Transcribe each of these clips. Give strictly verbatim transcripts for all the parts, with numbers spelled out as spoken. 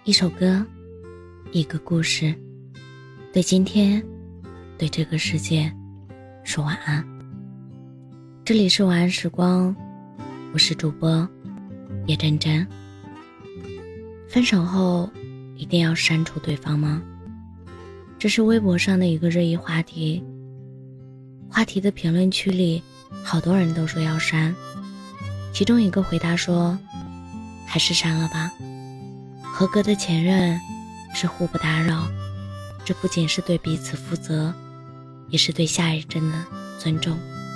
一首歌，一个故事，对今天，对这个世界说晚安。这里是晚安时光，我是主播叶真真。分手后一定要删除对方吗？这是微博上的一个热议话题。话题的评论区里，好多人都说要删。其中一个回答说，还是删了吧。合格的前任是互不打扰，这不仅是对彼此负责，也是对下一任的尊重。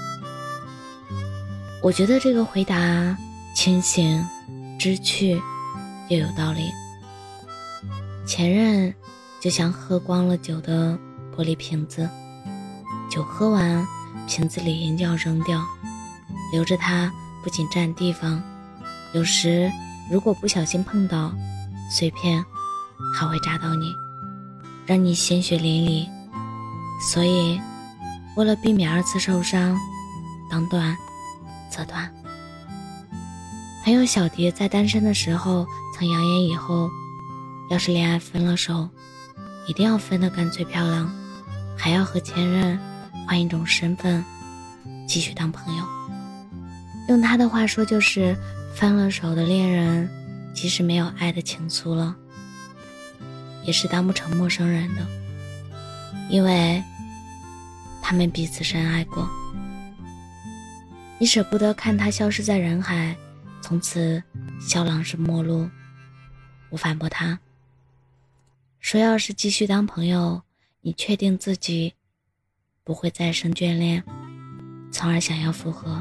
我觉得这个回答清醒知趣又有道理。前任就像喝光了酒的玻璃瓶子，酒喝完，瓶子里一定要扔掉，留着它不仅占地方，有时如果不小心碰到，碎片还会扎到你，让你鲜血淋漓。所以为了避免二次受伤，当断则断。朋友小蝶在单身的时候曾扬言，以后要是恋爱分了手，一定要分得干脆漂亮，还要和前任换一种身份继续当朋友。用他的话说，就是分了手的恋人即使没有爱的情愫了，也是当不成陌生人的，因为他们彼此深爱过。你舍不得看他消失在人海，从此笑狼式陌路。我反驳他说，要是继续当朋友，你确定自己不会再生眷恋，从而想要复合？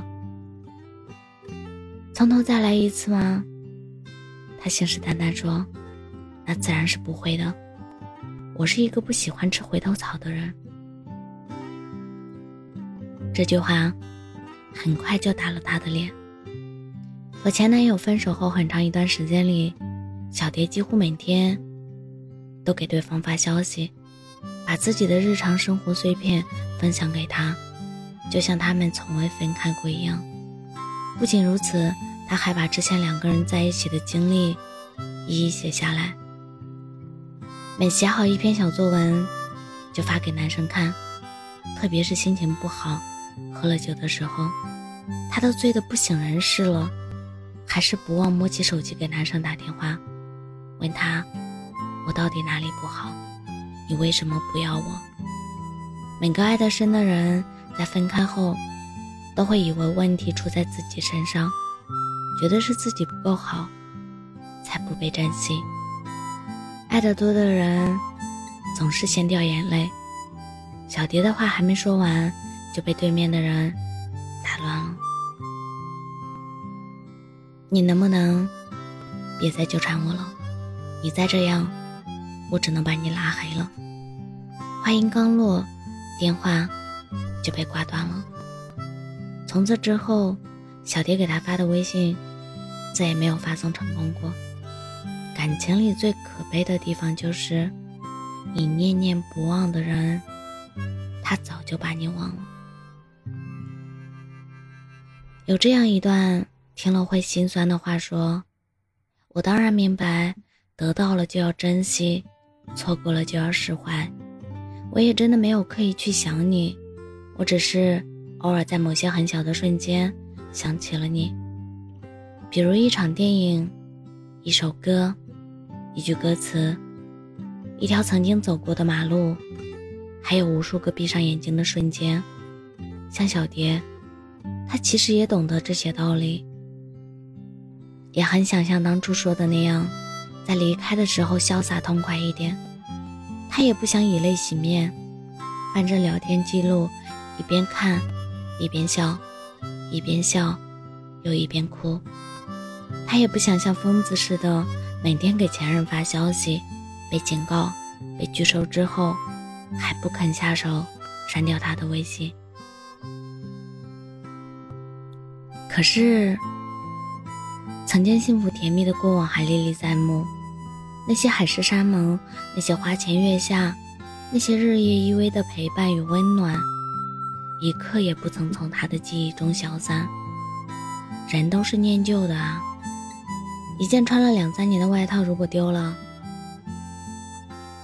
从头再来一次吗？他信誓旦旦说，那自然是不会的，我是一个不喜欢吃回头草的人。这句话很快就打了他的脸。和前男友分手后很长一段时间里，小蝶几乎每天都给对方发消息，把自己的日常生活碎片分享给他，就像他们从未分开过一样。不仅如此，他还把之前两个人在一起的经历一一写下来。每写好一篇小作文就发给男生看，特别是心情不好喝了酒的时候，他都醉得不省人事了，还是不忘摸起手机给男生打电话，问他我到底哪里不好，你为什么不要我？每个爱得深的人在分开后都会以为问题出在自己身上，觉得是自己不够好才不被珍惜。爱得多的人总是先掉眼泪。小蝶的话还没说完，就被对面的人打乱了。你能不能别再纠缠我了？你再这样，我只能把你拉黑了。话音刚落，电话就被挂断了。从此之后，小蝶给他发的微信再也没有发送成功过。感情里最可悲的地方就是，你念念不忘的人，他早就把你忘了。有这样一段听了会心酸的话说，我当然明白，得到了就要珍惜，错过了就要释怀。我也真的没有刻意去想你，我只是偶尔在某些很小的瞬间想起了你。比如一场电影，一首歌，一句歌词，一条曾经走过的马路，还有无数个闭上眼睛的瞬间。像小蝶，她其实也懂得这些道理，也很想像当初说的那样，在离开的时候潇洒痛快一点。她也不想以泪洗面，翻着聊天记录，一边看一边笑，一边笑又一边哭。她也不想像疯子似的每天给前任发消息，被警告被拒收之后还不肯下手删掉他的微信。可是曾经幸福甜蜜的过往还历历在目，那些海誓山盟，那些花前月下，那些日夜依偎的陪伴与温暖，一刻也不曾从他的记忆中消散。人都是念旧的啊，一件穿了两三年的外套如果丢了，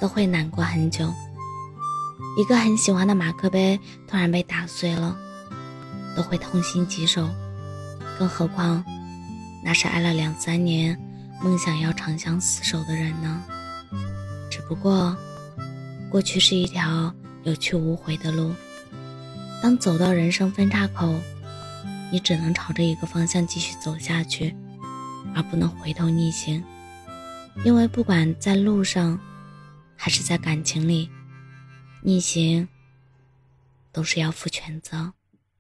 都会难过很久。一个很喜欢的马克杯突然被打碎了，都会痛心疾首，更何况那是爱了两三年，梦想要长相厮守的人呢？只不过过去是一条有去无回的路，当走到人生分岔口，你只能朝着一个方向继续走下去，而不能回头逆行。因为不管在路上还是在感情里，逆行都是要负全责。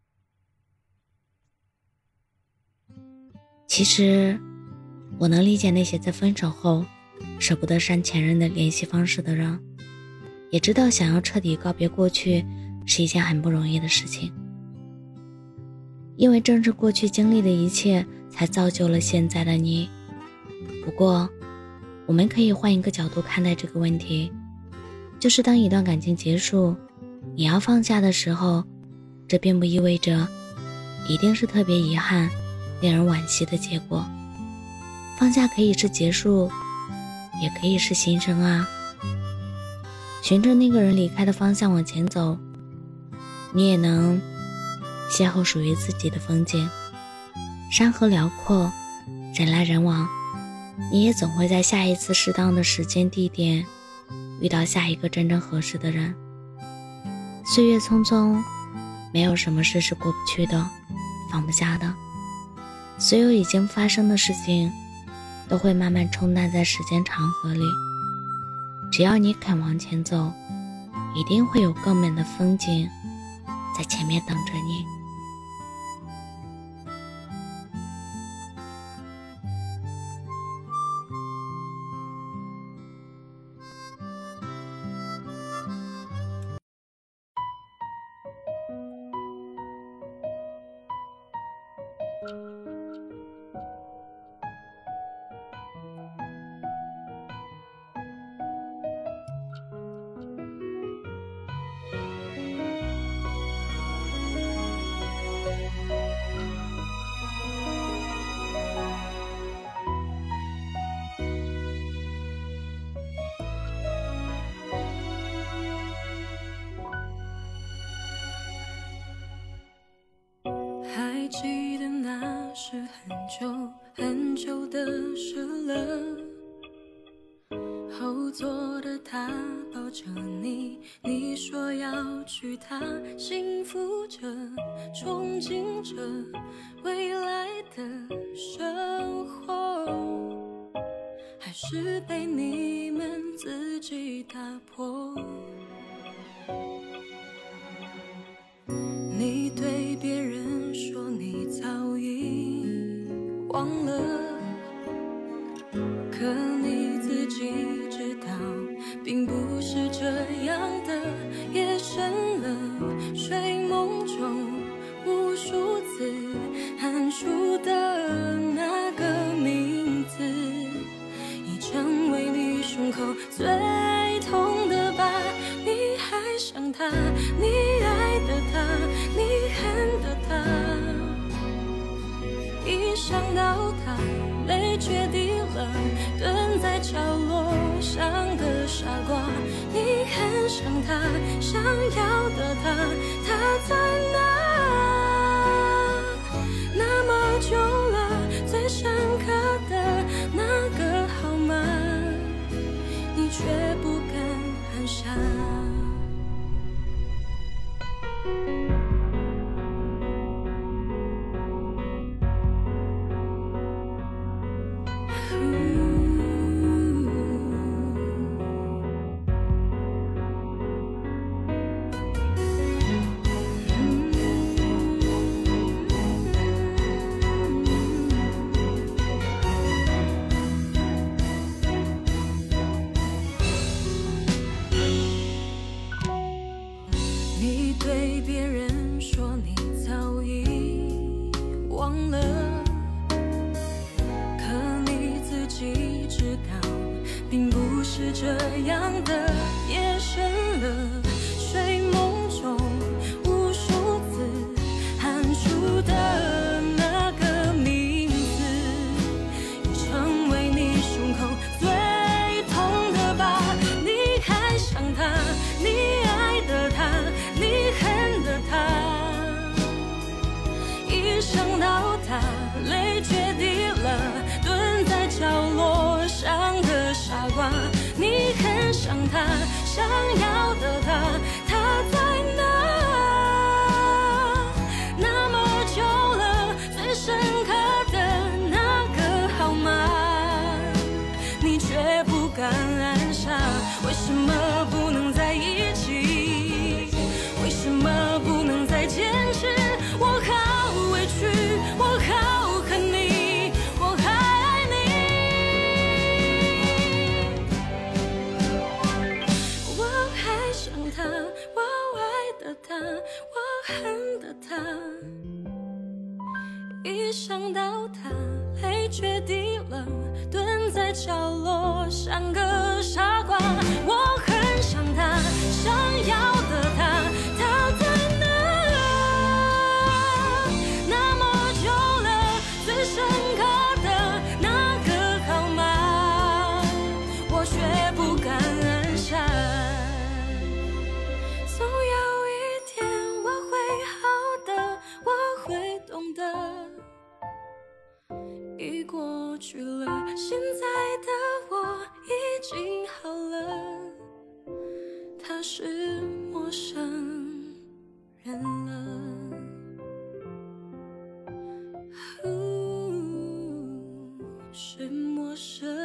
其实我能理解那些在分手后舍不得删前任的联系方式的人，也知道想要彻底告别过去是一件很不容易的事情，因为正是过去经历的一切才造就了现在的你。不过我们可以换一个角度看待这个问题，就是当一段感情结束，你要放下的时候，这并不意味着一定是特别遗憾令人惋惜的结果。放下可以是结束，也可以是新生啊。循着那个人离开的方向往前走，你也能邂逅属于自己的风景。山河辽阔，人来人往，你也总会在下一次适当的时间地点遇到下一个真正合适的人。岁月匆匆，没有什么事是过不去的，放不下的。所有已经发生的事情都会慢慢冲淡在时间长河里，只要你肯往前走，一定会有更美的风景在前面等着你。 还记得那是很久很久的事了，后座的他抱着你，你说要娶她，幸福着，憧憬着未来的生活，还是被你们自己打破。你对别人说你早已忘了，可你自己知道并不是这样的。夜深了，睡梦中无数次喊出的那个名字，已成为你胸口最痛的疤。你还想他，你爱的他，你恨的他，一想到他，泪决堤了，蹲在角落像个傻瓜。你很想他，想要的他，他在哪？那么久了，最深刻的那个号码，你却不敢按下。你对别人说你早已忘了，可你自己知道并不是这样的。夜深了，睡梦中无数次喊出的那个名字，已成为你胸口最痛的疤。你还他，想要的他，他在哪？那么久了，最深刻的那个号码，你却不敢按下。为什么不能在一起？为什么不能再坚持？我好委屈，我好恨你，我还爱你。我爱上他，我爱的他，我恨的他。一想到他，泪决堤了，蹲在角落像个傻瓜。我很想他，想要的他，他在哪？那么久了，最深刻的那个号码，我却不敢按下。总有一天我会好的，我会懂得。已过去了，现在的我已经好了，他是陌生人了。是陌生